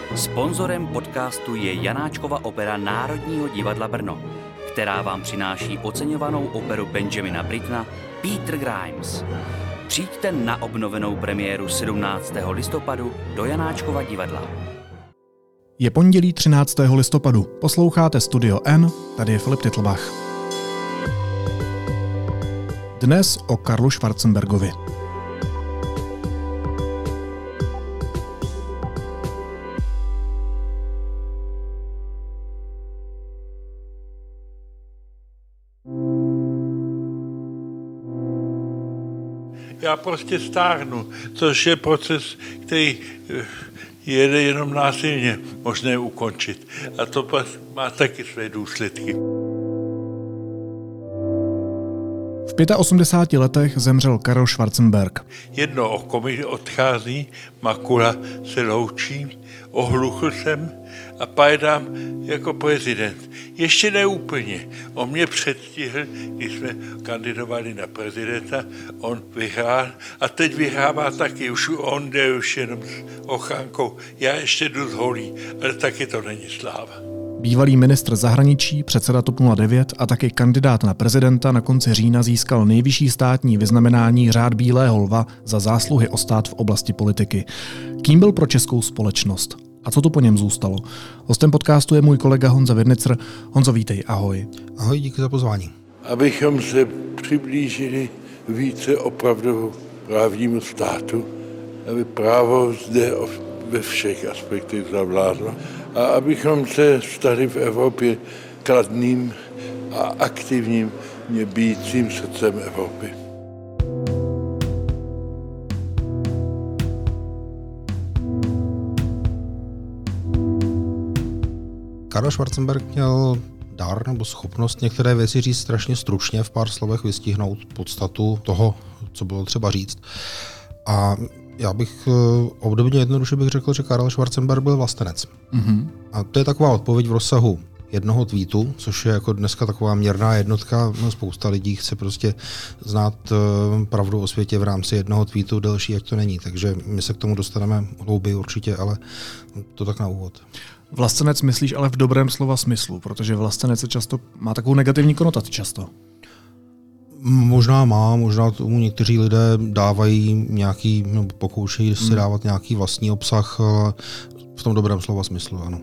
Sponzorem podcastu je Janáčkova opera Národního divadla Brno, která vám přináší oceňovanou operu Benjamina Brittona Peter Grimes. Přijďte na obnovenou premiéru 17. listopadu do Janáčkova divadla. Je pondělí 13. listopadu. Posloucháte Studio N, tady je Filip Titlbach. Dnes o Karlu Schwarzenbergovi. Já prostě stárnu, což je proces, který jede jenom násilně možné ukončit. A to má taky své důsledky. V 85 letech zemřel Karl Schwarzenberg. Jedno oko mi odchází, makula se loučí, ohluchl jsem a pajedám jako prezident. Ještě neúplně. On mě předstihl, když jsme kandidovali na prezidenta, on vyhrál a teď vyhrává taky. Už on jde už jenom s ochánkou. Já ještě jdu z holí, ale taky to není sláva. Bývalý ministr zahraničí, předseda TOP 09 a taky kandidát na prezidenta na konci října získal nejvyšší státní vyznamenání Řád bílého lva za zásluhy o stát v oblasti politiky. Kým byl pro českou společnost? A co tu po něm zůstalo? Hostem podcastu je můj kolega Honza Vidnicr. Honzo, vítej, ahoj. Ahoj, díky za pozvání. Abychom se přiblížili více opravdu právnímu státu, aby právo zde ve všech aspektech zavládlo a abychom se stali v Evropě kladným a aktivním bíjícím srdcem Evropy. Karl Schwarzenberg měl dar nebo schopnost některé věci říct strašně stručně, v pár slovech vystihnout podstatu toho, co bylo třeba říct. A já bych obdobně jednoduše bych řekl, že Karl Schwarzenberg byl vlastenec. Mm-hmm. A to je taková odpověď v rozsahu jednoho tweetu, což je jako dneska taková měrná jednotka. Spousta lidí chce prostě znát pravdu o světě v rámci jednoho tweetu, delší, jak to není. Takže my se k tomu dostaneme hlouběji určitě, ale to tak na úvod. Vlastenec myslíš ale v dobrém slova smyslu, protože vlastenec často má takovou negativní konotaci často. Možná tomu někteří lidé dávají nějaký, nebo pokoušejí si dávat nějaký vlastní obsah v tom dobrém slova smyslu, ano.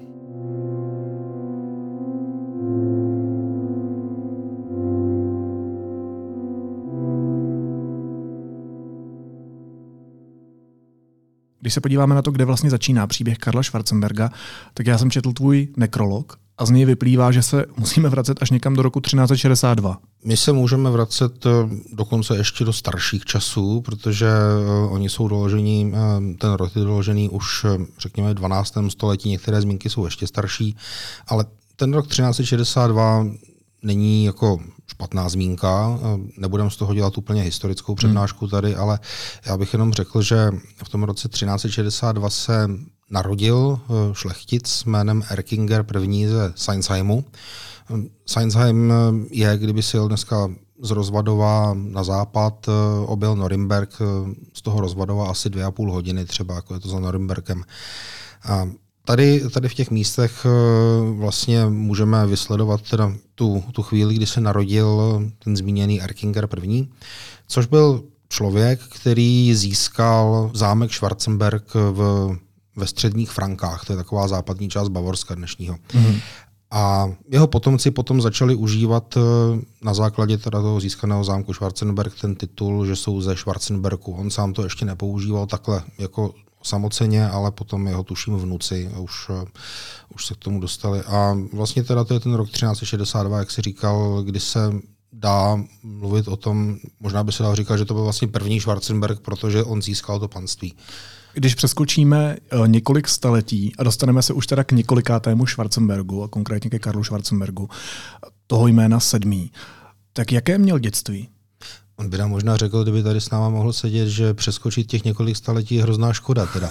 Když se podíváme na to, kde vlastně začíná příběh Karla Schwarzenberga, tak já jsem četl tvůj nekrolog a z něj vyplývá, že se musíme vracet až někam do roku 1362. My se můžeme vracet dokonce ještě do starších časů, protože oni jsou doložení, ten rok je doložený už řekněme 12. století, některé zmínky jsou ještě starší, ale ten rok 1362 není jako špatná zmínka, nebudeme z toho dělat úplně historickou přednášku tady, ale já bych jenom řekl, že v tom roce 1362 se narodil šlechtic jménem Erkinger I. ze Seinsheimu. Seinsheim je, kdyby si jel dneska z Rozvadova na západ, objel Norimberk, z toho Rozvadova asi 2,5 hodiny třeba, jako je to za Norimberkem. A Tady v těch místech vlastně můžeme vysledovat teda tu chvíli, kdy se narodil ten zmíněný Erkinger I., což byl člověk, který získal zámek Schwarzenberg ve středních Frankách, to je taková západní část Bavorska dnešního. Mm-hmm. A jeho potomci potom začali užívat na základě teda toho získaného zámku Schwarzenberg ten titul, že jsou ze Schwarzenberku. On sám to ještě nepoužíval takhle jako samoceně, ale potom jeho tuším vnuci a už se k tomu dostali. A vlastně teda to je ten rok 1362, jak si říkal, kdy se dá mluvit o tom, možná by se dal říkat, že to byl vlastně první Schwarzenberg, protože on získal to panství. Když přeskočíme několik staletí a dostaneme se už teda k několikátému Schwarzenbergu, a konkrétně ke Karlu Schwarzenbergu, toho jména 7. Tak jaké měl dětství? On by nám možná řekl, kdyby tady s náma mohl sedět, že přeskočit těch několik staletí je hrozná škoda teda.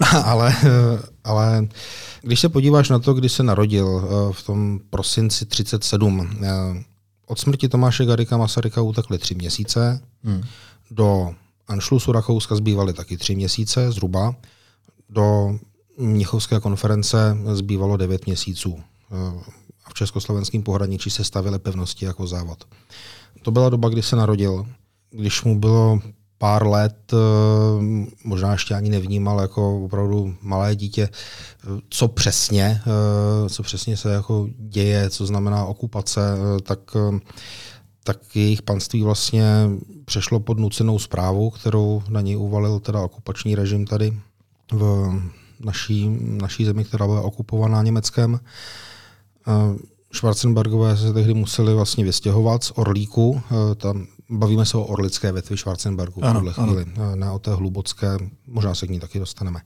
ale když se podíváš na to, kdy se narodil v tom prosinci 37, od smrti Tomáše Garrigua Masaryka utekly 3 měsíce, do Anschlussu Rakouska zbývaly taky 3 měsíce zhruba, do Mnichovské konference zbývalo 9 měsíců. A v československém pohraničí se stavěly pevnosti jako závod. To byla doba, kdy se narodil. Když mu bylo pár let, možná ještě ani nevnímal jako opravdu malé dítě, co přesně se jako děje, co znamená okupace, tak jejich panství vlastně přešlo pod nucenou správu, kterou na něj uvalil teda okupační režim tady v naší zemi, která byla okupovaná Německem. Schwarzenbergové se tehdy museli vlastně vystěhovat z Orlíku. Tam bavíme se o orlické větvi Schwarzenbergu v tuhle chvíli, ne o té hlubocké, možná se k ní taky dostaneme.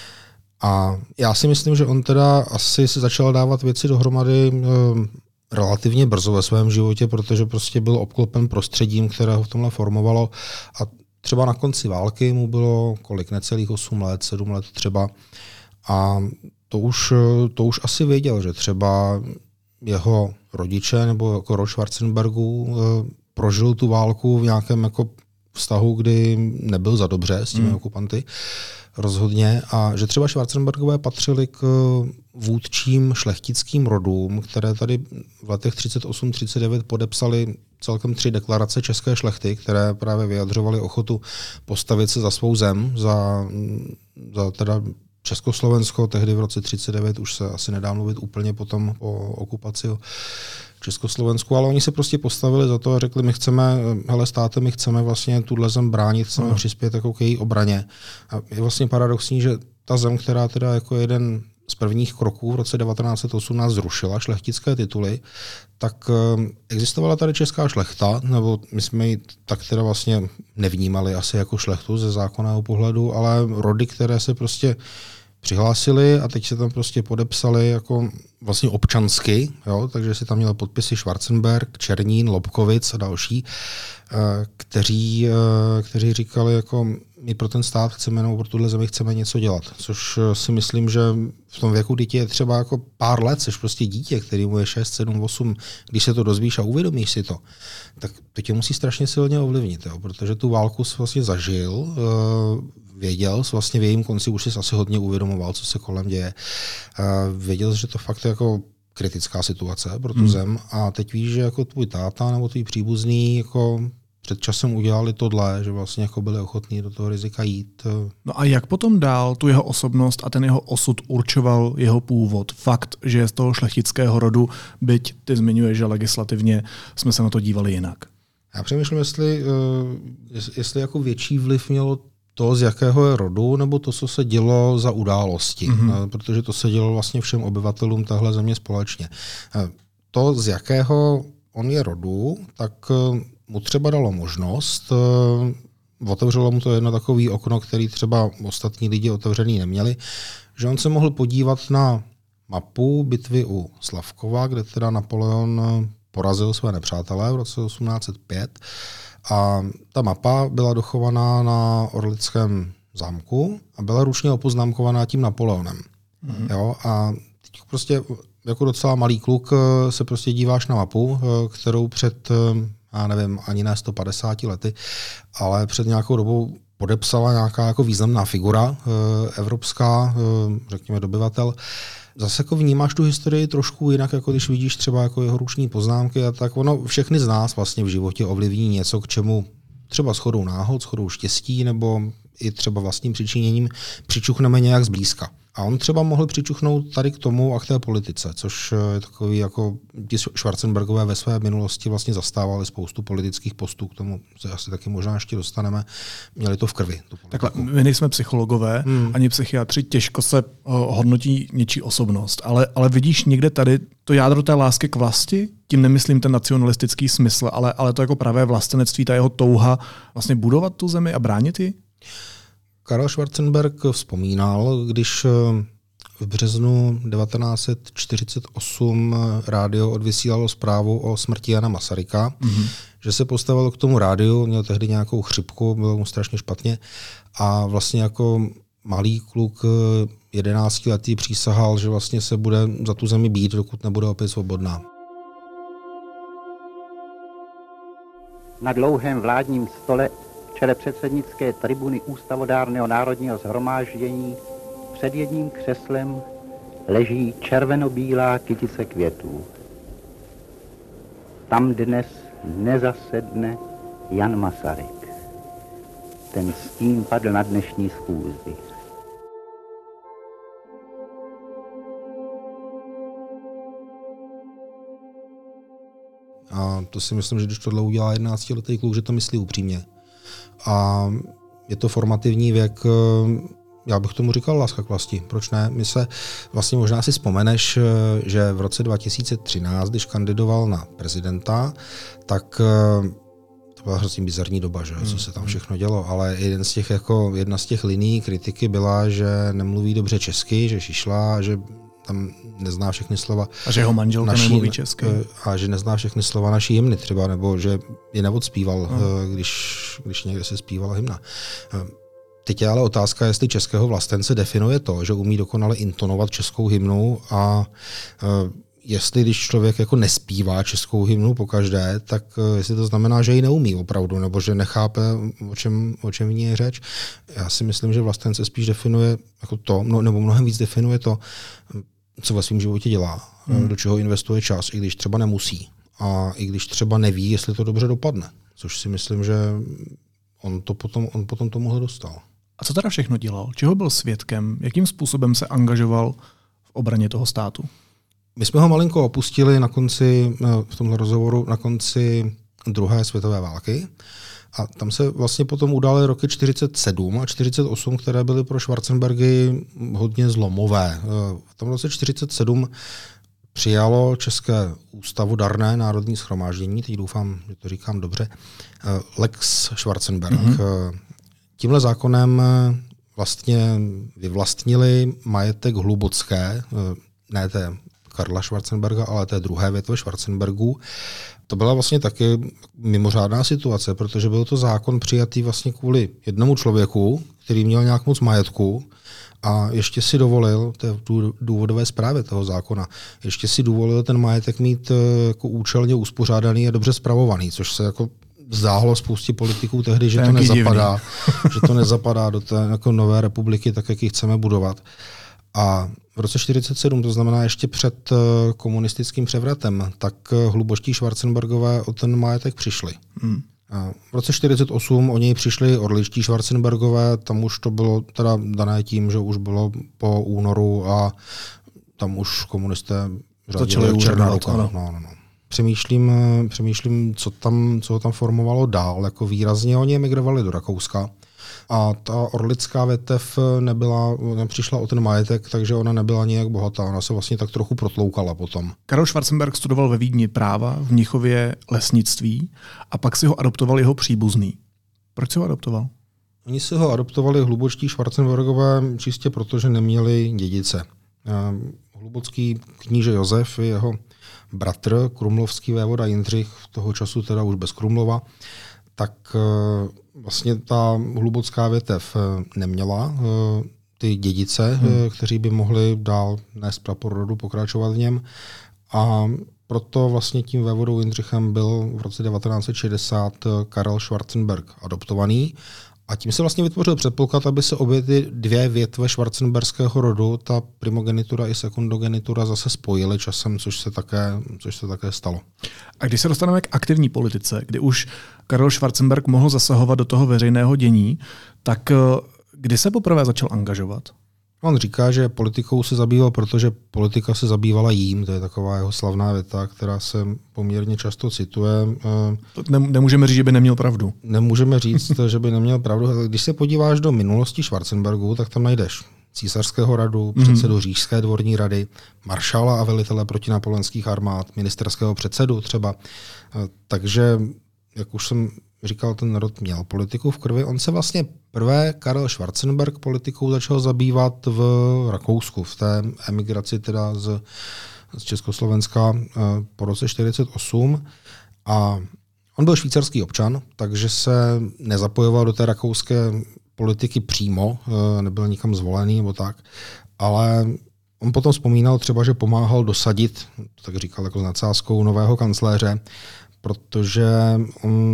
A já si myslím, že on teda asi si začal dávat věci dohromady relativně brzo ve svém životě, protože prostě byl obklopen prostředím, které ho v tomhle formovalo. A třeba na konci války mu bylo necelých 8 let, 7 let třeba. A to už asi věděl, že třeba jeho rodiče nebo jako rod Schwarzenbergů prožil tu válku v nějakém jako vztahu, kdy nebyl za dobře s těmi okupanty rozhodně a že třeba Schwarzenbergové patřili k vůdčím šlechtickým rodům, které tady v letech 38-39 podepsali celkem 3 deklarace české šlechty, které právě vyjadřovaly ochotu postavit se za svou zem, za teda Československo, tehdy v roce 39 už se asi nedá mluvit úplně potom o okupaci o Československu, ale oni se prostě postavili za to a řekli, my chceme vlastně tuhle zem bránit, chceme přispět jako k její obraně. A je vlastně paradoxní, že ta zem, která teda jako jeden z prvních kroků v roce 1918 zrušila šlechtické tituly, tak existovala tady česká šlechta, nebo my jsme ji tak teda vlastně nevnímali asi jako šlechtu ze zákonného pohledu, ale rody, které se prostě přihlásili a teď se tam prostě podepsali jako vlastně občansky, jo, takže si tam měli podpisy Schwarzenberg, Černín, Lobkovic a další, kteří říkali, jako my pro ten stát chceme, nebo pro tuhle zemi chceme něco dělat, což si myslím, že v tom věku dítě je třeba jako pár let, seš prostě dítě, který mu je 6, 7, 8, když se to dozvíš a uvědomíš si to, tak to tě musí strašně silně ovlivnit, jo, protože tu válku jsi vlastně zažil, věděl jsi vlastně v jejím konci, už jsi asi hodně uvědomoval, co se kolem děje. Věděl jsi, že to fakt je jako kritická situace pro tu zem a teď víš, že jako tvůj táta nebo tvůj příbuzný jako před časem udělali tohle, že vlastně jako byli ochotní do toho rizika jít. No a jak potom dál tu jeho osobnost a ten jeho osud určoval jeho původ? Fakt, že je z toho šlechtického rodu, byť ty zmiňuješ, že legislativně jsme se na to dívali jinak. Já přemýšlím, jestli jako větší vliv mělo to, z jakého je rodu, nebo to, co se dělo za události. Protože to se dělo vlastně všem obyvatelům téhle země společně. To, z jakého on je rodu, tak mu třeba dalo možnost, otevřelo mu to jedno takové okno, který třeba ostatní lidi otevřený neměli, že on se mohl podívat na mapu bitvy u Slavkova, kde teda Napoleon porazil své nepřátelé v roce 1805. A ta mapa byla dochovaná na Orlickém zámku a byla ručně opoznámkovaná tím Napoleonem. Jo, a teď prostě jako docela malý kluk se prostě díváš na mapu, kterou před, já nevím, ani ne 150 lety, ale před nějakou dobou podepsala nějaká jako významná figura evropská, řekněme dobyvatel. Zase jako vnímáš tu historii trošku jinak, jako když vidíš třeba jako jeho ruční poznámky a tak ono všechny z nás vlastně v životě ovlivní něco, k čemu třeba shodou náhod, shodou štěstí nebo i třeba vlastním přičiněním přičuchneme nějak zblízka. A on třeba mohl přičuchnout tady k tomu a k té politice, což je takový jako ti Schwarzenbergové ve své minulosti vlastně zastávali spoustu politických postů, k tomu se asi taky možná ještě dostaneme, měli to v krvi. Takhle, my nejsme psychologové, ani psychiatři, těžko se hodnotí něčí osobnost, ale vidíš někde tady to jádro té lásky k vlasti? Tím nemyslím ten nacionalistický smysl, ale to jako pravé vlastenectví, ta jeho touha vlastně budovat tu zemi a bránit ji? Karel Schwarzenberg vzpomínal, když v březnu 1948 rádio odvysílalo zprávu o smrti Jana Masaryka, že se postavil k tomu rádiu, měl tehdy nějakou chřipku, bylo mu strašně špatně a vlastně jako malý kluk 11 letý přísahal, že vlastně se bude za tu zemi bít, dokud nebude opět svobodná. Na dlouhém vládním stole v čele předsednické tribuny Ústavodárného národního shromáždění Před jedním křeslem leží červenobílá kytice květů. Tam dnes nezasedne Jan Masaryk. Ten stín padl na dnešní schůzi. A to si myslím, že když tohle udělá 11letý kluk, že to myslí upřímně. A je to formativní věk, já bych tomu říkal láska k vlasti. Proč ne? My se vlastně možná si vzpomeneš, že v roce 2013, když kandidoval na prezidenta, tak to byla hrozně bizarní doba, že? Co se tam všechno dělo, ale jedna z těch linií kritiky byla, že nemluví dobře česky, že šišla, že tam nezná všechny slova. A že jeho manželka nemluví česky. A že nezná všechny slova naší hymny třeba, nebo že je neodspíval, když někde se zpívala hymna. Teď je ale otázka, jestli českého vlastence definuje to, že umí dokonale intonovat českou hymnu a jestli když člověk jako nespívá českou hymnu pokaždé, tak jestli to znamená, že ji neumí opravdu, nebo že nechápe, o čem v ní je řeč. Já si myslím, že vlastence spíš definuje jako to, nebo mnohem víc definuje to, co ve svém životě dělá, do čeho investuje čas, i když třeba nemusí. A i když třeba neví, jestli to dobře dopadne. Což si myslím, že on potom tomuhle dostal. A co teda všechno dělal? Čeho byl svědkem? Jakým způsobem se angažoval v obraně toho státu? My jsme ho malinko opustili v tomhle rozhovoru na konci druhé světové války. A tam se vlastně potom udály roky 47 a 48, které byly pro Schwarzenbergy hodně zlomové. V tom roce 47 přijalo České ústavodarné národní shromáždění, teď doufám, že to říkám dobře, Lex Schwarzenberg. Tímhle zákonem vlastně vyvlastnili majetek Hlubocké, ne té Karla Schwarzenberga, ale té druhé větve Schwarzenbergů. To byla vlastně taky mimořádná situace, protože byl to zákon přijatý vlastně kvůli jednomu člověku, který měl nějak moc majetku a ještě si dovolil, to je v důvodové zprávě toho zákona, ještě si dovolil ten majetek mít jako účelně uspořádaný a dobře spravovaný, což se jako zdálo spoustě politiků tehdy, že to nezapadá do té jako nové republiky, tak jak ji chceme budovat. A v roce 1947, to znamená ještě před komunistickým převratem, tak hluboští Schwarzenbergové o ten majetek přišli. A v roce 1948 o něj přišli orličtí Schwarzenbergové, tam už to bylo teda dané tím, že už bylo po únoru a tam už komunisté řadili černá ruka. No. Přemýšlím, co ho tam formovalo dál. Jako výrazně oni emigrovali do Rakouska. A ta orlická větev nepřišla o ten majetek, takže ona nebyla nijak bohatá. Ona se vlastně tak trochu protloukala potom. Karel Schwarzenberg studoval ve Vídni práva, v Mnichově lesnictví a pak si ho adoptoval jeho příbuzný. Proč si ho adoptoval? Oni si ho adoptovali hlubočtí Schwarzenbergové čistě proto, že neměli dědice. Hlubocký kníže Josef, jeho bratr, krumlovský vévoda Jindřich, toho času teda už bez Krumlova, tak vlastně ta hlubocká větev neměla ty dědice, kteří by mohli dál nést prapor rodu, pokračovat v něm. A proto vlastně tím vévodou Jindřichem byl v roce 1960 Karel Schwarzenberg adoptovaný. A tím se vlastně vytvořil předpoklad, aby se obě ty dvě větve schwarzenberského rodu, ta primogenitura i sekundogenitura, zase spojily časem, což se také stalo. A když se dostaneme k aktivní politice, kdy už Karel Schwarzenberg mohl zasahovat do toho veřejného dění, tak kdy se poprvé začal angažovat? On říká, že politikou se zabýval, protože politika se zabývala jím. To je taková jeho slavná věta, která se poměrně často cituje. Nemůžeme říct, že by neměl pravdu. Nemůžeme říct, že by neměl pravdu. Když se podíváš do minulosti Schwarzenbergu, tak tam najdeš císařského radu, předsedu Říšské dvorní rady, maršála a velitele protinapoleonských armád, ministerského předsedu třeba. Takže, jak už jsem říkal, ten rod měl politiku v krvi. On se vlastně prvé Karel Schwarzenberg politikou začal zabývat v Rakousku, v té emigraci teda z Československa po roce 1948. A on byl švýcarský občan, takže se nezapojoval do té rakouské politiky přímo, nebyl nikam zvolený nebo tak, ale on potom vzpomínal třeba, že pomáhal dosadit, tak říkal jako s nadsázkou, nového kancléře, protože on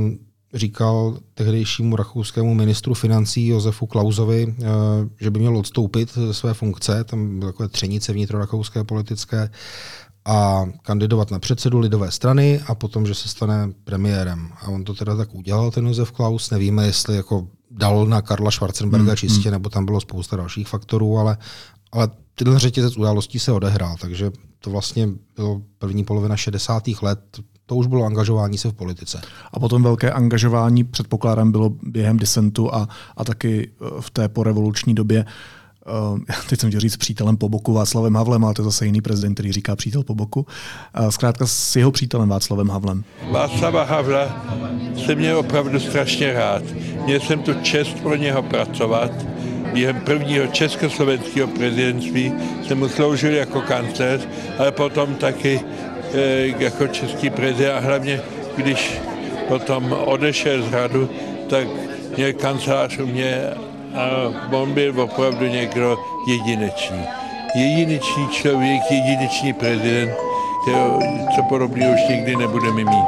říkal tehdejšímu rakouskému ministru financí Josefu Klausovi, že by měl odstoupit ze své funkce, tam byly takové třenice vnitrorakouské politické, a kandidovat na předsedu lidové strany a potom, že se stane premiérem. A on to teda tak udělal, ten Josef Klaus. Nevíme, jestli jako dal na Karla Schwarzenberga čistě, nebo tam bylo spousta dalších faktorů, ale tenhle řetězec událostí se odehrál, takže to vlastně bylo první polovina 60. let, to už bylo angažování se v politice. A potom velké angažování, předpokládám, bylo během disentu a taky v té porevoluční době. Teď jsem chtěl říct přítelem po boku Václavem Havlem, ale to je zase jiný prezident, který říká přítel po boku. Zkrátka s jeho přítelem Václavem Havlem. Václava Havla jsem měl opravdu strašně rád. Měl jsem tu čest pro něho pracovat. Během prvního československého prezidentství jsem mu sloužil jako kancléř, ale potom taky jako český prezident a hlavně, když potom odešel z hradu, tak měl kancelář u mě a on byl opravdu někdo jedinečný. Jedinečný člověk, jedinečný prezident, co podobného už nikdy nebudeme mít.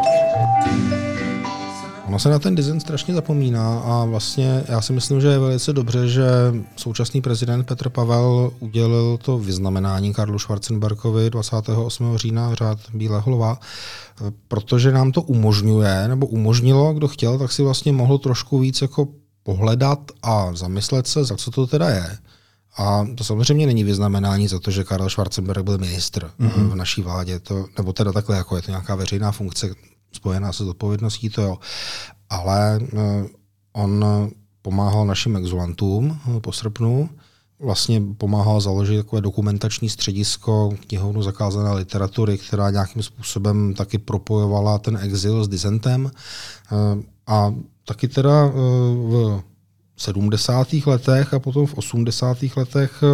Ono se na ten dissent strašně zapomíná a vlastně já si myslím, že je velice dobře, že současný prezident Petr Pavel udělil to vyznamenání Karlu Schwarzenbergovi 28. října řád Bílého lva, protože nám to umožňuje, nebo umožnilo, kdo chtěl, tak si vlastně mohl trošku víc jako pohledat a zamyslet se, za co to teda je. A to samozřejmě není vyznamenání za to, že Karel Schwarzenberg byl ministr v naší vládě, nebo teda takhle, jako je to nějaká veřejná funkce spojená se zodpovědností, to jo. Ale on pomáhal našim exulantům po srpnu, vlastně pomáhal založit takové dokumentační středisko knihovnu zakázané literatury, která nějakým způsobem taky propojovala ten exil s disentem. A taky teda v 70. letech a potom v 80. letech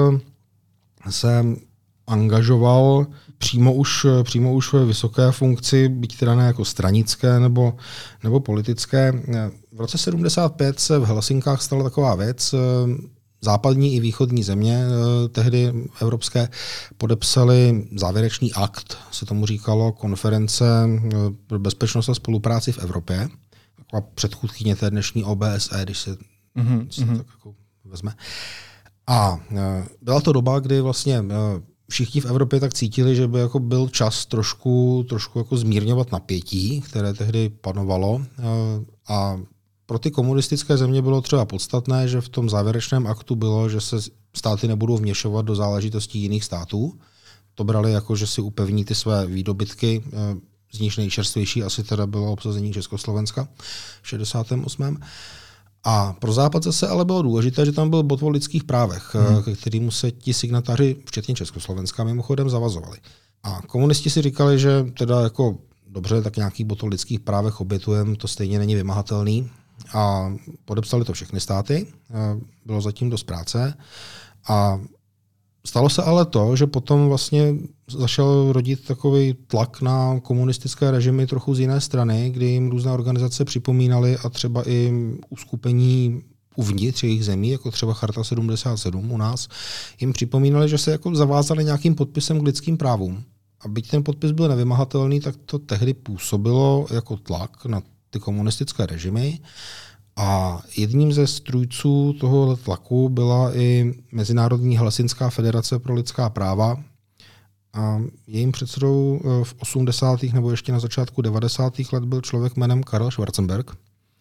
se angažoval přímo už ve vysoké funkci, byť teda ne jako stranické nebo politické. V roce 75 se v Helsinkách stala taková věc. Západní i východní země, tehdy evropské, podepsali závěrečný akt, se tomu říkalo, konference pro bezpečnost a spolupráci v Evropě. Taková předchůdkyně té dnešní OBSE, když se tak jako vezme. A byla to doba, kdy vlastně všichni v Evropě tak cítili, že by jako byl čas trošku jako zmírňovat napětí, které tehdy panovalo. A pro ty komunistické země bylo třeba podstatné, že v tom závěrečném aktu bylo, že se státy nebudou vměšovat do záležitostí jiných států. To brali jako, že si upevní ty své výdobytky, z níž nejčerstvější asi teda bylo obsazení Československa v 68. A pro Západ zase ale bylo důležité, že tam byl bod o lidských právech, ke kterému se ti signatáři, včetně Československa, mimochodem zavazovali. A komunisti si říkali, že teda jako dobře, tak nějaký bod o lidských právech obětujeme, to stejně není vymahatelný. A podepsali to všechny státy, bylo zatím dost práce. A stalo se ale to, že potom vlastně začal rodit takový tlak na komunistické režimy trochu z jiné strany, kdy jim různé organizace připomínaly a třeba i uskupení uvnitř jejich zemí, jako třeba Charta 77 u nás, jim připomínali, že se jako zavázali nějakým podpisem k lidským právům. A byť ten podpis byl nevymahatelný, tak to tehdy působilo jako tlak na ty komunistické režimy. A jedním ze strůjců tohoto tlaku byla i Mezinárodní helsinská federace pro lidská práva. A jejím předsedou v 80. nebo ještě na začátku 90. let byl člověk jménem Karel Schwarzenberg.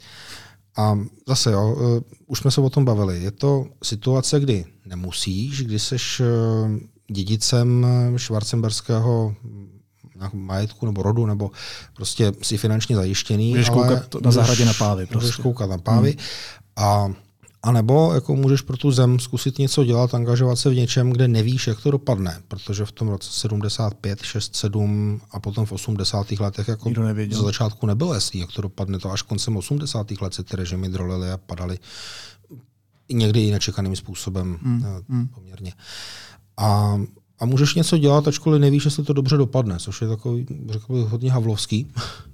A zase, už jsme se o tom bavili. Je to situace, kdy nemusíš, kdy seš dědicem schwarzenberského majetku nebo rodu, nebo prostě si finančně zajištěný. Můžeš koukat na zahradě na pávy. Můžeš koukat na pávy. A nebo jako můžeš pro tu zem zkusit něco dělat, angažovat se v něčem, kde nevíš, jak to dopadne. Protože v tom roce 75, 6, 7 a potom v 80. letech jako za začátku nebylo jasný, jak to dopadne. To až koncem 80. let se ty režimy drolily a padaly někdy i nečekaným způsobem poměrně. A můžeš něco dělat, ačkoliv nevíš, jestli to dobře dopadne, což je takový, řekl bych, hodně havlovský.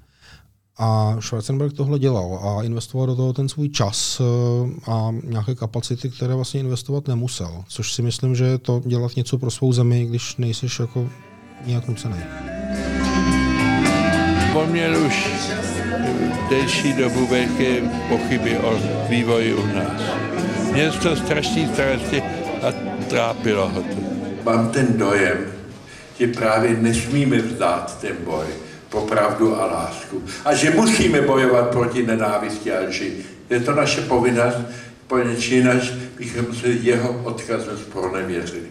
A Schwarzenberg tohle dělal a investoval do toho ten svůj čas a nějaké kapacity, které vlastně investovat nemusel. Což si myslím, že je to dělat něco pro svou zemi, když nejseš jako nějak nucený. On měl už delší dobu velké pochyby o vývoji u nás. Měl to strašný starosti a trápilo ho to. Mám ten dojem, že právě nesmíme vzdát ten boj po pravdu a lásku. A že musíme bojovat proti nenávisti a lži. Je to naše povinnost, poněč jinak bychom se jeho odkazem zpronevěřili.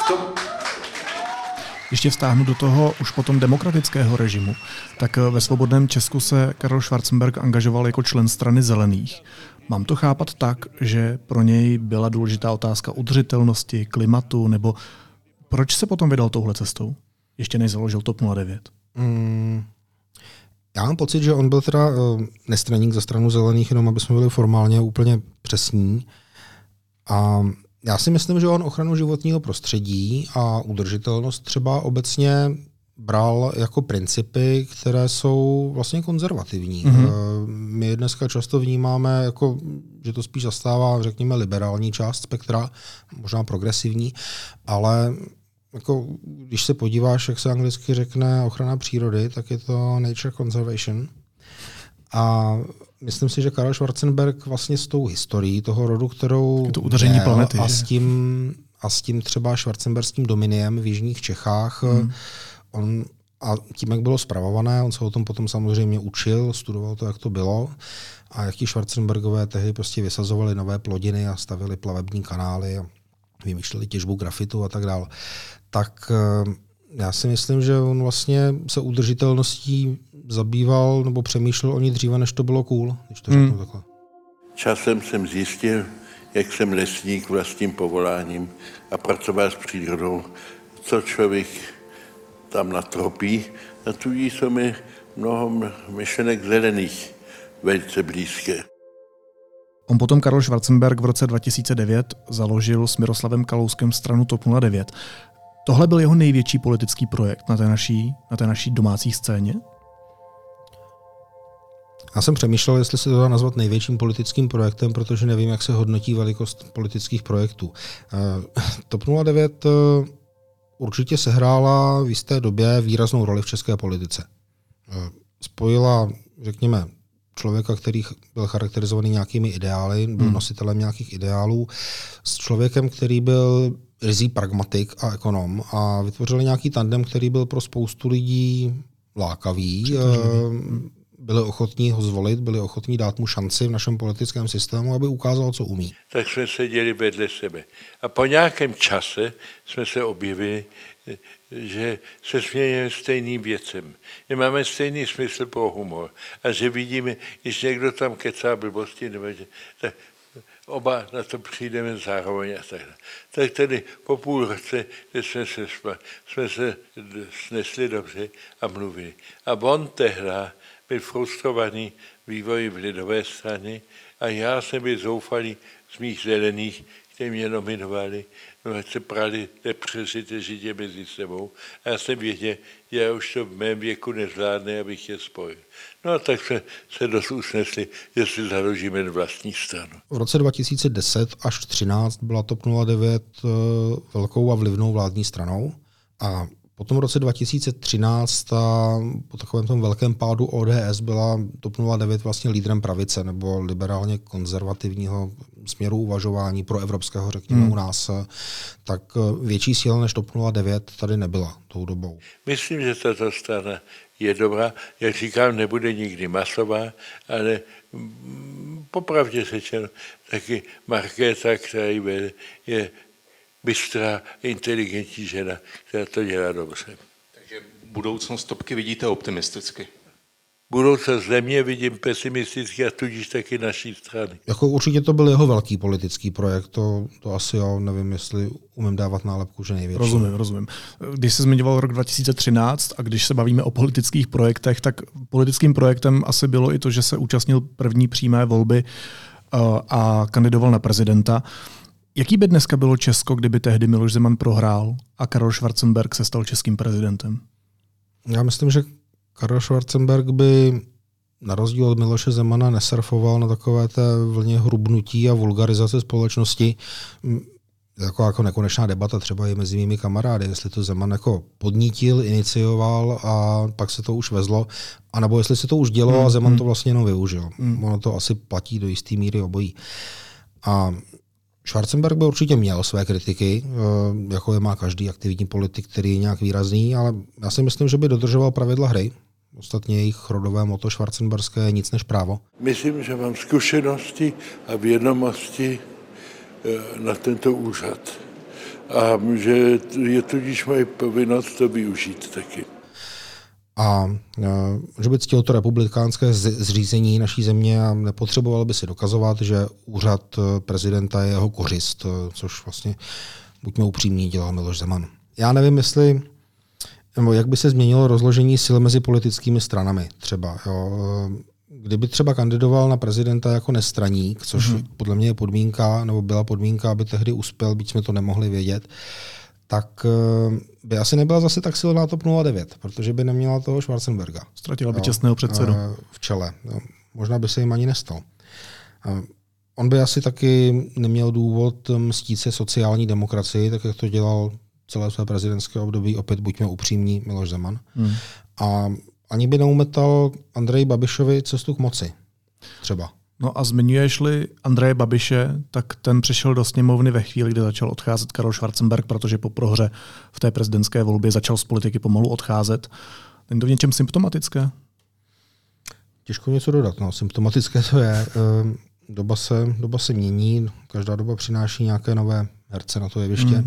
Ještě vztáhnu do toho už potom demokratického režimu, tak ve svobodném Česku se Karel Schwarzenberg angažoval jako člen Strany zelených. Mám to chápat tak, že pro něj byla důležitá otázka udržitelnosti, klimatu, nebo proč se potom vydal touhle cestou? Ještě než založil TOP 09. Já mám pocit, že on byl teda nestraník za Stranu zelených, jenom aby jsme byli formálně úplně přesní. A já si myslím, že on ochranu životního prostředí a udržitelnost třeba obecně bral jako principy, které jsou vlastně konzervativní. My dneska často vnímáme, jako, že to spíš zastává, řekněme, liberální část spektra, možná progresivní, ale jako, když se podíváš, jak se anglicky řekne ochrana přírody, tak je to nature conservation. A myslím si, že Karel Schwarzenberg vlastně s tou historií toho rodu, kterou je to udeření planety, a s tím třeba schwarzenberským dominiem v jižních Čechách, on, a tím, jak bylo spravované, on se o tom potom samozřejmě učil, studoval to, jak to bylo, a jak ti Schwarzenbergové tehdy prostě vysazovali nové plodiny a stavili plavební kanály a vymýšleli těžbu grafitu a tak dále. Tak já si myslím, že on vlastně se udržitelností zabýval nebo přemýšlel o ní dříve, než to bylo cool, když to řeknu takhle. Časem jsem zjistil, jak jsem lesník vlastním povoláním a pracoval s přírodou, co člověk tam natropí, a tudíž jsou mi mnoho myšlenek zelených velice blízké. On potom Karel Schwarzenberg v roce 2009 založil s Miroslavem Kalouskem stranu TOP 09. Tohle byl jeho největší politický projekt na té naší domácí scéně? Já jsem přemýšlel, jestli se to dá nazvat největším politickým projektem, protože nevím, jak se hodnotí velikost politických projektů. TOP 09 určitě sehrála v jisté době výraznou roli v české politice. Spojila, řekněme, člověka, který byl charakterizovaný nějakými ideály, byl nositelem nějakých ideálů, s člověkem, který byl ryzí pragmatik a ekonom, a vytvořili nějaký tandem, který byl pro spoustu lidí lákavý. Byli ochotní ho zvolit, byli ochotní dát mu šanci v našem politickém systému, aby ukázal, co umí. Tak jsme seděli vedle sebe. A po nějakém čase jsme se objevili, že se smějeme stejným věcem. Že máme stejný smysl pro humor. A že vidíme, když někdo tam kecá blbosti, nebo že, tak oba na to přijdeme zároveň a tak. Tak tedy po půl roce, kde jsme se snesli dobře a mluvili. A on tehda byl frustrovaný vývoji v lidové straně a já jsem byl zoufalý z mých zelených, kteří mě nominovali, ať se prali nepřežité žitě mezi sebou. A já jsem věděl, že já už to v mém věku nezvládne, abych je spojil. No a tak se dost usnesli, že si založíme vlastní stranu. V roce 2010 až 2013 byla TOP 09 velkou a vlivnou vládní stranou a potom v roce 2013 po takovém tom velkém pádu ODS byla TOP 09 vlastně lídrem pravice nebo liberálně konzervativního směru uvažování pro evropského, řekněme u nás, tak větší síla než TOP 09 tady nebyla tou dobou. Myslím, že tato strana je dobrá. Jak říkám, nebude nikdy masová, ale popravdě řečeno, taky Markéta, která je bystrá, inteligentní žena, která to dělá dobře. Takže budoucnost Topky vidíte optimisticky? Budoucnost země vidím pesimisticky a tudíž taky naší strany. Jako určitě to byl jeho velký politický projekt, to asi jo, nevím, jestli umím dávat nálepku, že největší. Rozumím. Když se zmiňoval rok 2013 a když se bavíme o politických projektech, tak politickým projektem asi bylo i to, že se účastnil první přímé volby a kandidoval na prezidenta. Jaký by dneska bylo Česko, kdyby tehdy Miloš Zeman prohrál a Karel Schwarzenberg se stal českým prezidentem? Já myslím, že Karel Schwarzenberg by na rozdíl od Miloše Zemana nesurfoval na takové té vlně hrubnutí a vulgarizace společnosti. jako nekonečná debata třeba i mezi mými kamarády, jestli to Zeman jako podnítil, inicioval a pak se to už vezlo, anebo jestli se to už dělo a Zeman to vlastně jenom využil. Ono to asi platí do jisté míry obojí. A Schwarzenberg by určitě měl své kritiky, jako je má každý aktivní politik, který je nějak výrazný, ale já si myslím, že by dodržoval pravidla hry. Ostatně jejich rodové moto schwarzenberské je nic než právo. Myslím, že mám zkušenosti a vědomosti na tento úřad. A že je tudíž moje povinnost to využít taky. A že by ctilo to republikánské zřízení naší země a nepotřeboval by si dokazovat, že úřad prezidenta je jeho kořist, což vlastně, buďme upřímní, dělal Miloš Zeman. Já nevím, jestli, nebo jak by se změnilo rozložení sil mezi politickými stranami třeba. Jo. Kdyby třeba kandidoval na prezidenta jako nestraník, což podle mě je podmínka, nebo byla podmínka, aby tehdy uspěl, byť jsme to nemohli vědět, tak by asi nebyla zase tak silná TOP 09, protože by neměla toho Schwarzenberga. Ztratila by čestného předsedu. V čele. Jo. Možná by se jim ani nestal. On by asi taky neměl důvod mstít se sociální demokracii, tak jak to dělal celé své prezidentské období, opět buďme upřímní, Miloš Zeman. A ani by neumetal Andreji Babišovi cestu k moci. Třeba. No a zmiňuješ-li Andreje Babiše, tak ten přišel do sněmovny ve chvíli, kdy začal odcházet Karel Schwarzenberg, protože po prohře v té prezidentské volbě začal z politiky pomalu odcházet. Není to v něčem symptomatické? Těžko něco dodat. No. Symptomatické to je. Doba se mění, každá doba přináší nějaké nové herce na to jeviště.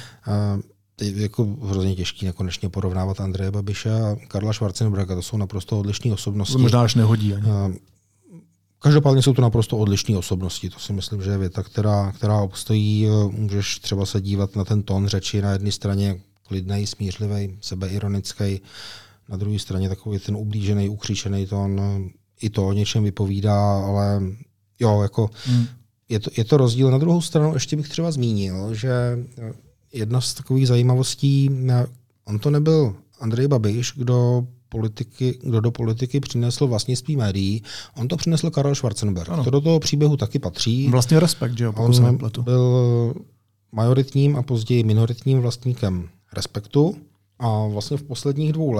Je jako hrozně těžký nekonečně porovnávat Andreje Babiše a Karla Schwarzenberga. To jsou naprosto odlišné osobnosti. To možná až nehodí. Ani. Každopádně jsou to naprosto odlišné osobnosti. To si myslím, že je věta, která obstojí. Můžeš třeba se dívat na ten tón řeči. Na jedné straně klidnej, smířlivý, sebeironický. Na druhé straně takový ten ublížený, ukřičený tón. I to o něčem vypovídá, ale jo, jako je to rozdíl. Na druhou stranu ještě bych třeba zmínil, že jedna z takových zajímavostí, on to nebyl Andrej Babiš, kdo do politiky přinesl vlastnictví médií, on to přinesl Karel Schwarzenberg. Ano. To do toho příběhu taky patří. Vlastně Respekt, že jo, pokud se nepletu. Byl majoritním a později minoritním vlastníkem Respektu a vlastně v posledních dvou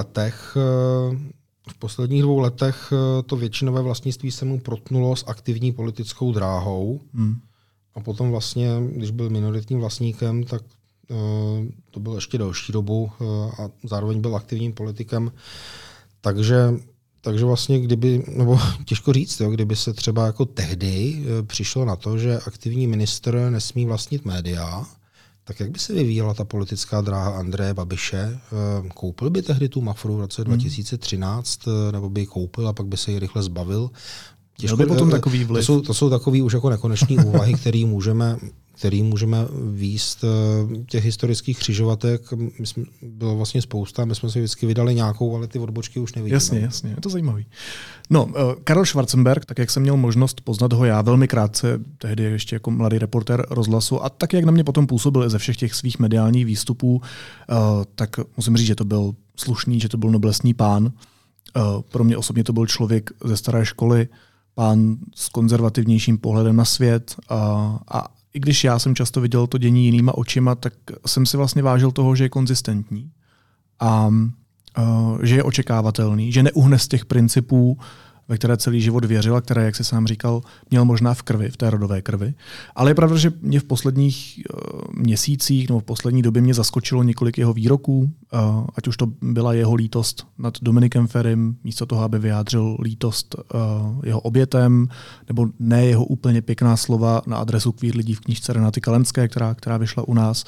letech to většinové vlastnictví se mu protnulo s aktivní politickou dráhou. A potom vlastně, když byl minoritním vlastníkem, tak to bylo ještě delší dobu a zároveň byl aktivním politikem. Takže vlastně nebo těžko říct, jo, kdyby se třeba jako tehdy přišlo na to, že aktivní ministr nesmí vlastnit média, tak jak by se vyvíjela ta politická dráha Andreje Babiše? Koupil by tehdy tu Mafru v roce 2013, nebo by ji koupil a pak by se ji rychle zbavil? By potom takový vliv. To jsou takový už jako nekonečný úvahy, který můžeme výst těch historických křižovatek. Bylo vlastně spousta, my jsme si vždycky vydali nějakou, ale ty odbočky už nevidíme. Jasně, je to zajímavý. No, Karel Schwarzenberg, tak jak jsem měl možnost poznat ho já velmi krátce, tehdy ještě jako mladý reportér Rozhlasu, a tak jak na mě potom působil ze všech těch svých mediálních výstupů, tak musím říct, že to byl slušný, že to byl noblesní pán. Pro mě osobně to byl člověk ze staré školy, pán s konzervativnějším pohledem na svět a i když já jsem často viděl to dění jinýma očima, tak jsem si vlastně vážil toho, že je konzistentní a že je očekávatelný, že neuhne z těch principů, ve které celý život věřil a které, jak jsi sám říkal, měl možná v krvi, v té rodové krvi. Ale je pravda, že mě v posledních měsících nebo v poslední době mě zaskočilo několik jeho výroků, ať už to byla jeho lítost nad Dominikem Ferim, místo toho, aby vyjádřil lítost jeho obětem, nebo ne jeho úplně pěkná slova na adresu queer lidí v knížce Renaty Kalenské, která vyšla u nás.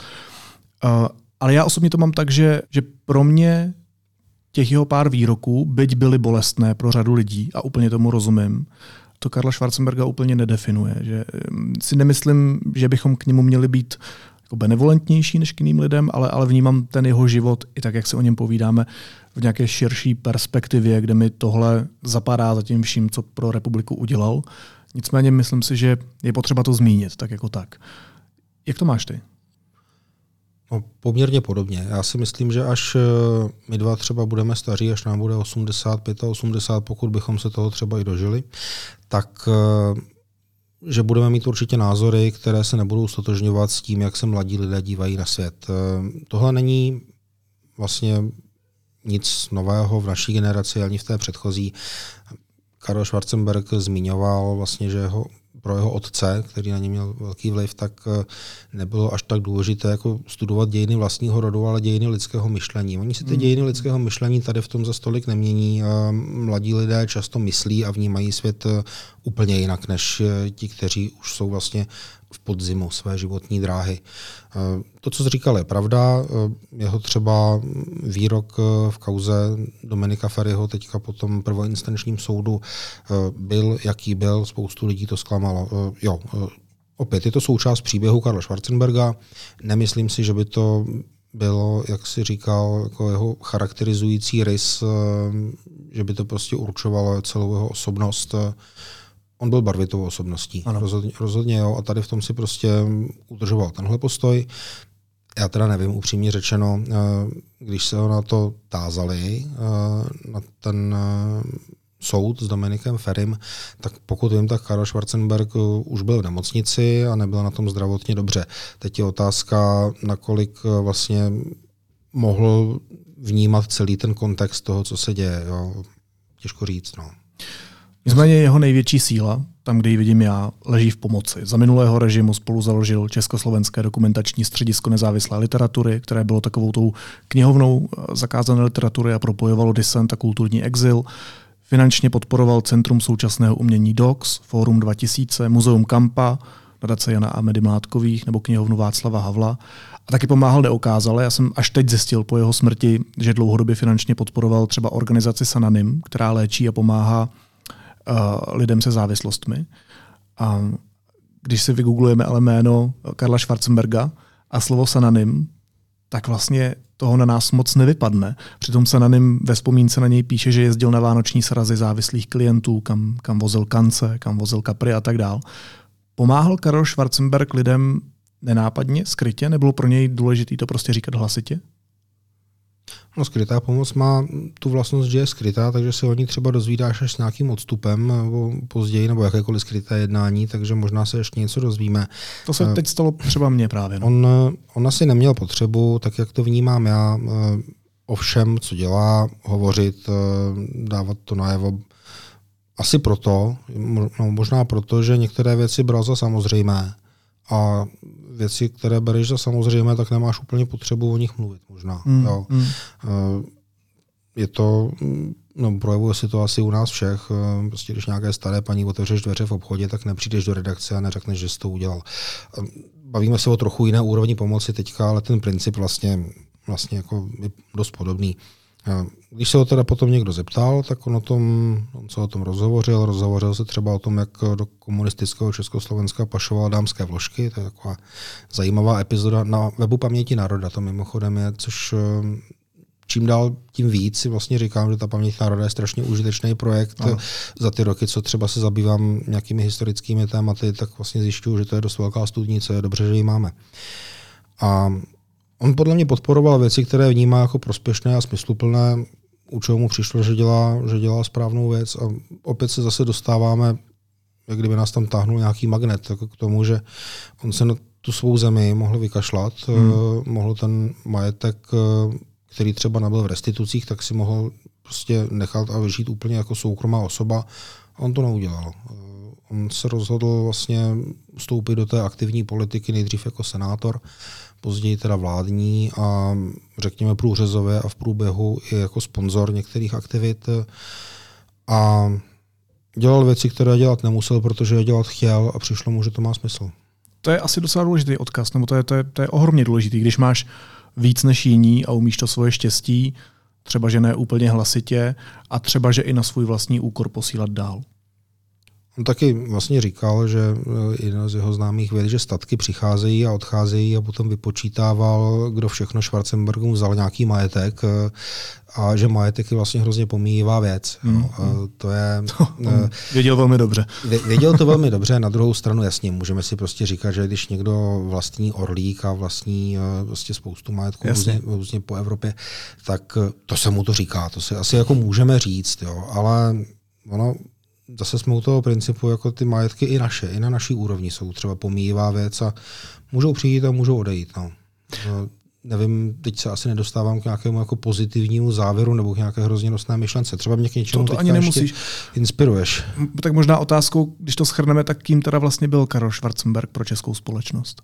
Ale já osobně to mám tak, že pro mě těch jeho pár výroků, byť byly bolestné pro řadu lidí, a úplně tomu rozumím, to Karla Schwarzenberga úplně nedefinuje. Že si nemyslím, že bychom k němu měli být jako benevolentnější než k jiným lidem, ale vnímám ten jeho život i tak, jak si o něm povídáme, v nějaké širší perspektivě, kde mi tohle zapadá za tím vším, co pro republiku udělal. Nicméně myslím si, že je potřeba to zmínit, tak jako tak. Jak to máš ty? No, poměrně podobně. Já si myslím, že až my dva třeba budeme staří, až nám bude 85 a 80, pokud bychom se toho třeba i dožili, tak že budeme mít určitě názory, které se nebudou stotožňovat s tím, jak se mladí lidé dívají na svět. Tohle není vlastně nic nového v naší generaci, ani v té předchozí. Karel Schwarzenberg zmiňoval vlastně, že pro jeho otce, který na ně měl velký vliv, tak nebylo až tak důležité jako studovat dějiny vlastního rodu, ale dějiny lidského myšlení. Oni si ty dějiny lidského myšlení tady v tom za stolik nemění. Mladí lidé často myslí a vnímají svět úplně jinak, než ti, kteří už jsou vlastně v podzimu své životní dráhy. To, co jsi říkal, je pravda. Jeho třeba výrok v kauze Dominika Feriho teďka po tom prvoinstančním soudu byl, jaký byl, spoustu lidí to zklamalo. Opět je to součást příběhu Karla Schwarzenberga. Nemyslím si, že by to bylo, jak si říkal, jako jeho charakterizující rys, že by to prostě určovalo celou jeho osobnost. On byl barvitovou osobností. Rozhodně jo. A tady v tom si prostě udržoval tenhle postoj. Já teda nevím, upřímně řečeno, když se ho na to tázali, na ten soud s Dominikem Ferim, tak pokud vím, tak Karel Schwarzenberg už byl v nemocnici a nebyl na tom zdravotně dobře. Teď je otázka, nakolik vlastně mohl vnímat celý ten kontext toho, co se děje. Jo. Těžko říct. No. Nicméně jeho největší síla, tam, kde ji vidím já, leží v pomoci. Za minulého režimu spolu založil Československé dokumentační středisko nezávislé literatury, které bylo takovou tou knihovnou zakázané literatury a propojovalo disent a kulturní exil. Finančně podporoval Centrum současného umění DOX, Fórum 2000, Muzeum Kampa, nadace Jana Amedy Mládkových nebo knihovnu Václava Havla. A taky pomáhal neokázale. Já jsem až teď zjistil po jeho smrti, že dlouhodobě finančně podporoval třeba organizaci Sananim, která léčí a pomáhá lidem se závislostmi. A když si vygooglujeme ale jméno Karla Schwarzenberga a slovo Sananim, tak vlastně toho na nás moc nevypadne. Přitom Sananim ve vzpomínce na něj píše, že jezdil na vánoční srazy závislých klientů, kam vozil kance, kam vozil kapry a tak dál. Pomáhal Karel Schwarzenberg lidem nenápadně, skrytě? Nebylo pro něj důležité to prostě říkat hlasitě? No, skrytá pomoc má tu vlastnost, že je skrytá, takže se o ní třeba dozvídáš až s nějakým odstupem nebo později, nebo jakékoliv skryté jednání, takže možná se ještě něco dozvíme. To se teď stalo třeba mně právě. No. On asi neměl potřebu, tak jak to vnímám já, o všem, co dělá, hovořit, dávat to najevo. Asi proto, možná proto, že některé věci bral za samozřejmé a věci, které bereš za samozřejmé, tak nemáš úplně potřebu o nich mluvit možná. Jo. Je to, projevuje se to asi u nás všech. Prostě když nějaké staré paní otevřeš dveře v obchodě, tak nepřijdeš do redakce a neřekneš, že jsi to udělal. Bavíme se o trochu jiné úrovni pomoci teďka, ale ten princip vlastně jako je dost podobný. Když se ho teda potom někdo zeptal, tak on se o tom rozhovořil se třeba o tom, jak do komunistického Československa pašoval dámské vložky, to je taková zajímavá epizoda na webu Paměti národa, to mimochodem je, což čím dál tím víc si vlastně říkám, že ta Paměť národa je strašně užitečný projekt. Ano. Za ty roky, co třeba se zabývám nějakými historickými tématy, tak vlastně zjišťuju, že to je dost velká studnice, je dobře, že ji máme. A on podle mě podporoval věci, které vnímá jako prospěšné a smysluplné, u čeho mu přišlo, že dělá správnou věc. A opět se zase dostáváme, jak kdyby nás tam táhnul nějaký magnet, jako k tomu, že on se na tu svou zemi mohl vykašlat, mohl ten majetek, který třeba nebyl v restitucích, tak si mohl prostě nechat a žít úplně jako soukromá osoba. A on to neudělal. On se rozhodl vlastně vstoupit do té aktivní politiky nejdřív jako senátor, později teda vládní a řekněme průřezově a v průběhu i jako sponzor některých aktivit. A dělal věci, které dělat nemusel, protože je dělat chtěl a přišlo mu, že to má smysl. To je asi docela důležitý odkaz, nebo to je ohromně důležitý, když máš víc než jiní a umíš to svoje štěstí, třeba že ne úplně hlasitě a třeba že i na svůj vlastní úkor posílat dál. On taky vlastně říkal, že jeden z jeho známých věd, že statky přicházejí a odcházejí a potom vypočítával, kdo všechno Schwarzenbergu vzal nějaký majetek a že majetek je vlastně hrozně pomíjivá věc. To je... Věděl velmi dobře. Věděl to velmi dobře, na druhou stranu jasně, můžeme si prostě říkat, že když někdo vlastní orlík a vlastní vlastně spoustu majetku různě po Evropě, tak to se mu to říká, to si asi jako můžeme říct, jo, ale ono zase jsme u toho principu, jako ty majetky i naše, i na naší úrovni jsou třeba pomíjivá věc a můžou přijít a můžou odejít. No. Nevím, teď se asi nedostávám k nějakému jako pozitivnímu závěru nebo k nějaké hrozně nosné myšlence. Třeba mě k něčemu to ani nemusíš. Inspiruješ. Tak možná otázkou, když to shrneme, tak kým teda vlastně byl Karel Schwarzenberg pro českou společnost?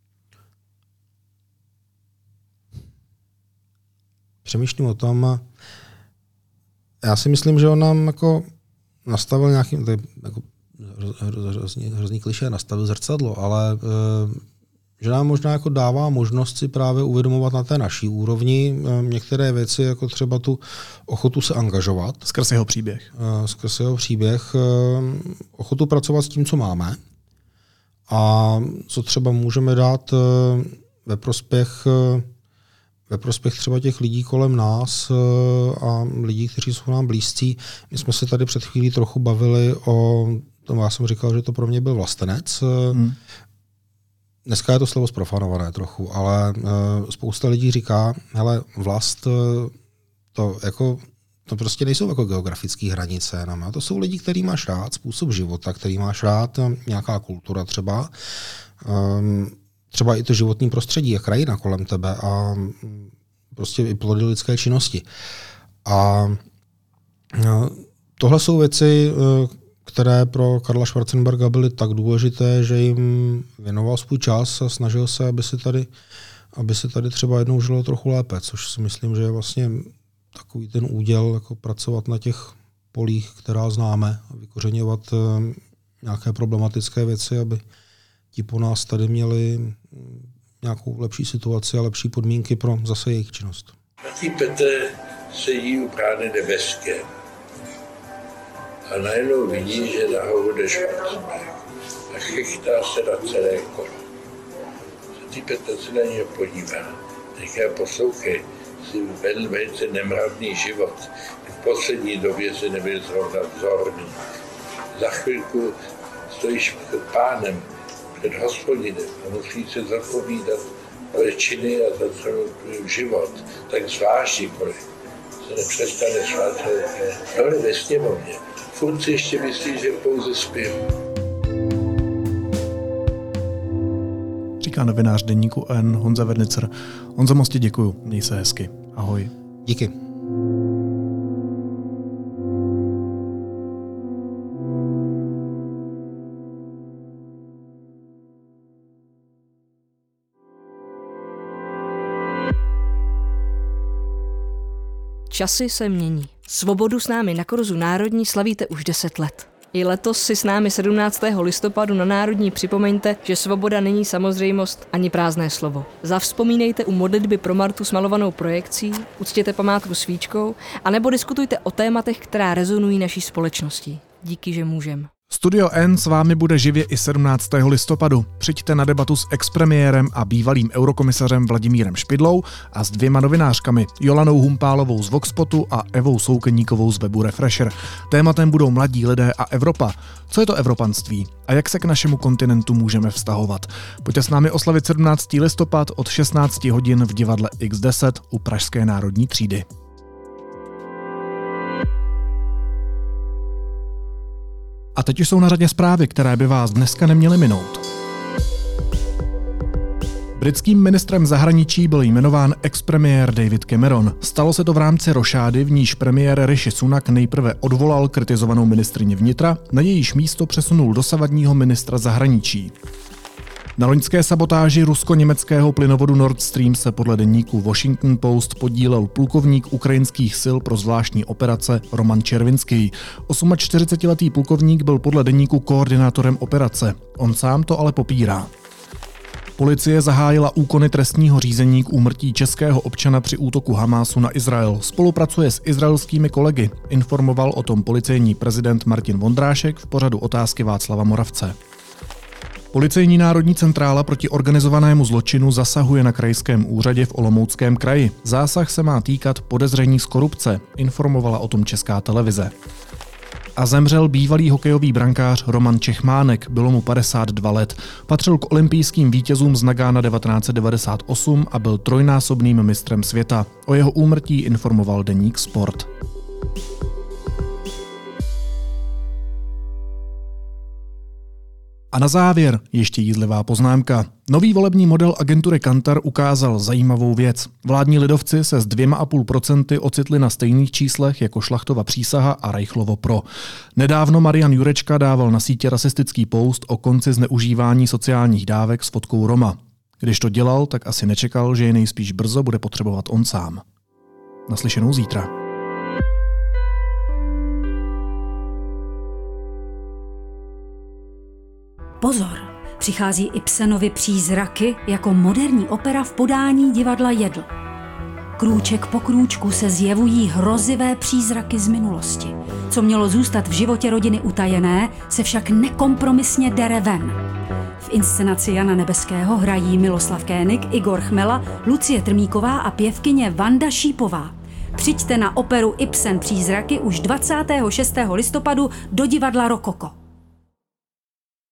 Přemýšlím o tom. Já si myslím, že on nám jako nastavil nějaký, jako hrozný klišé, nastavil zrcadlo, ale že nám možná jako dává možnost si právě uvědomovat na té naší úrovni některé věci, jako třeba tu ochotu se angažovat. Skrz jeho příběh. Skrz jeho příběh, ochotu pracovat s tím, co máme a co třeba můžeme dát ve prospěch třeba těch lidí kolem nás a lidí, kteří jsou nám blízcí. My jsme se tady před chvílí trochu bavili o tom, já jsem říkal, že to pro mě byl vlastenec. Dneska je to slovo zprofanované trochu, ale spousta lidí říká, hele, vlast, to prostě nejsou jako geografické hranice. No, to jsou lidi, který máš rád, způsob života, který máš rád, nějaká kultura třeba. Třeba i to životní prostředí a krajina kolem tebe a prostě i plody lidské činnosti. A tohle jsou věci, které pro Karla Schwarzenberga byly tak důležité, že jim věnoval svůj čas a snažil se, aby se tady třeba jednou žilo trochu lépe, což si myslím, že je vlastně takový ten úděl, jako pracovat na těch polích, která známe, a vykořeňovat nějaké problematické věci, aby ti po nás tady měli nějakou lepší situaci a lepší podmínky pro zase jejich činnost. Svatý Petr sedí u brány nebeské a najednou vidí, že nahoru jde Schwarzenberg a chychtá se na celé kolo. Svatý Petr se na něj podívá, říká, poslouchej, jsi vedl velice nemravný život, v poslední době se nebyl zrovna vzorný. Za chvilku stojíš před pánem, před Hospodinem a musí se zapovídat tvoje činy a za celou tvůj život. Tak zváží, kolik se nepřestane svádět dole ve sněmovně. Furt si ještě myslí, že pouze spím. Říká novinář deníku N Honza Vernicer. Honzo, moc ti děkuju. Měj se hezky. Ahoj. Díky. Časy se mění. Svobodu s námi na Korzu Národní slavíte už 10 let. I letos si s námi 17. listopadu na Národní připomeňte, že svoboda není samozřejmost ani prázdné slovo. Zavzpomínejte u modlitby pro Martu s malovanou projekcí, uctěte památku svíčkou, anebo diskutujte o tématech, která rezonují naší společností. Díky, že můžem. Studio N s vámi bude živě i 17. listopadu. Přijďte na debatu s expremiérem a bývalým eurokomisařem Vladimírem Špidlou a s 2 novinářkami, Jolanou Humpálovou z Voxpotu a Evou Soukeníkovou z webu Refresher. Tématem budou mladí lidé a Evropa. Co je to evropanství a jak se k našemu kontinentu můžeme vztahovat? Pojďte s námi oslavit 17. listopad od 16 hodin v divadle X10 u Pražské národní třídy. A teď už jsou na řadě zprávy, které by vás dneska neměly minout. Britským ministrem zahraničí byl jmenován expremiér David Cameron. Stalo se to v rámci rošády, v níž premiér Rishi Sunak nejprve odvolal kritizovanou ministryni vnitra, na jejíž místo přesunul dosavadního ministra zahraničí. Na loňské sabotáži rusko-německého plynovodu Nord Stream se podle deníku Washington Post podílel plukovník ukrajinských sil pro zvláštní operace Roman Červinský. 48letý plukovník byl podle deníku koordinátorem operace. On sám to ale popírá. Policie zahájila úkony trestního řízení k úmrtí českého občana při útoku Hamásu na Izrael. Spolupracuje s izraelskými kolegy, informoval o tom policejní prezident Martin Vondrášek v pořadu Otázky Václava Moravce. Policejní národní centrála proti organizovanému zločinu zasahuje na krajském úřadě v Olomouckém kraji. Zásah se má týkat podezření z korupce, informovala o tom Česká televize. A zemřel bývalý hokejový brankář Roman Čechmánek, bylo mu 52 let. Patřil k olympijským vítězům z Nagana 1998 a byl trojnásobným mistrem světa. O jeho úmrtí informoval deník Sport. A na závěr ještě jízlivá poznámka. Nový volební model agentury Kantar ukázal zajímavou věc. Vládní lidovci se s 2,5% ocitli na stejných číslech jako Šlachtova přísaha a Reichlovo pro. Nedávno Marian Jurečka dával na sítě rasistický post o konci zneužívání sociálních dávek s fotkou Roma. Když to dělal, tak asi nečekal, že je nejspíš brzo bude potřebovat on sám. Naslyšenou zítra. Pozor, přichází Ibsenovy Přízraky jako moderní opera v podání divadla Jedl. Krůček po krůčku se zjevují hrozivé přízraky z minulosti. Co mělo zůstat v životě rodiny utajené, se však nekompromisně dere ven. V inscenaci Jana Nebeského hrají Miloslav Kénik, Igor Chmela, Lucie Trmíková a pěvkyně Vanda Šípová. Přijďte na operu Ibsen Přízraky už 26. listopadu do divadla Rokoko.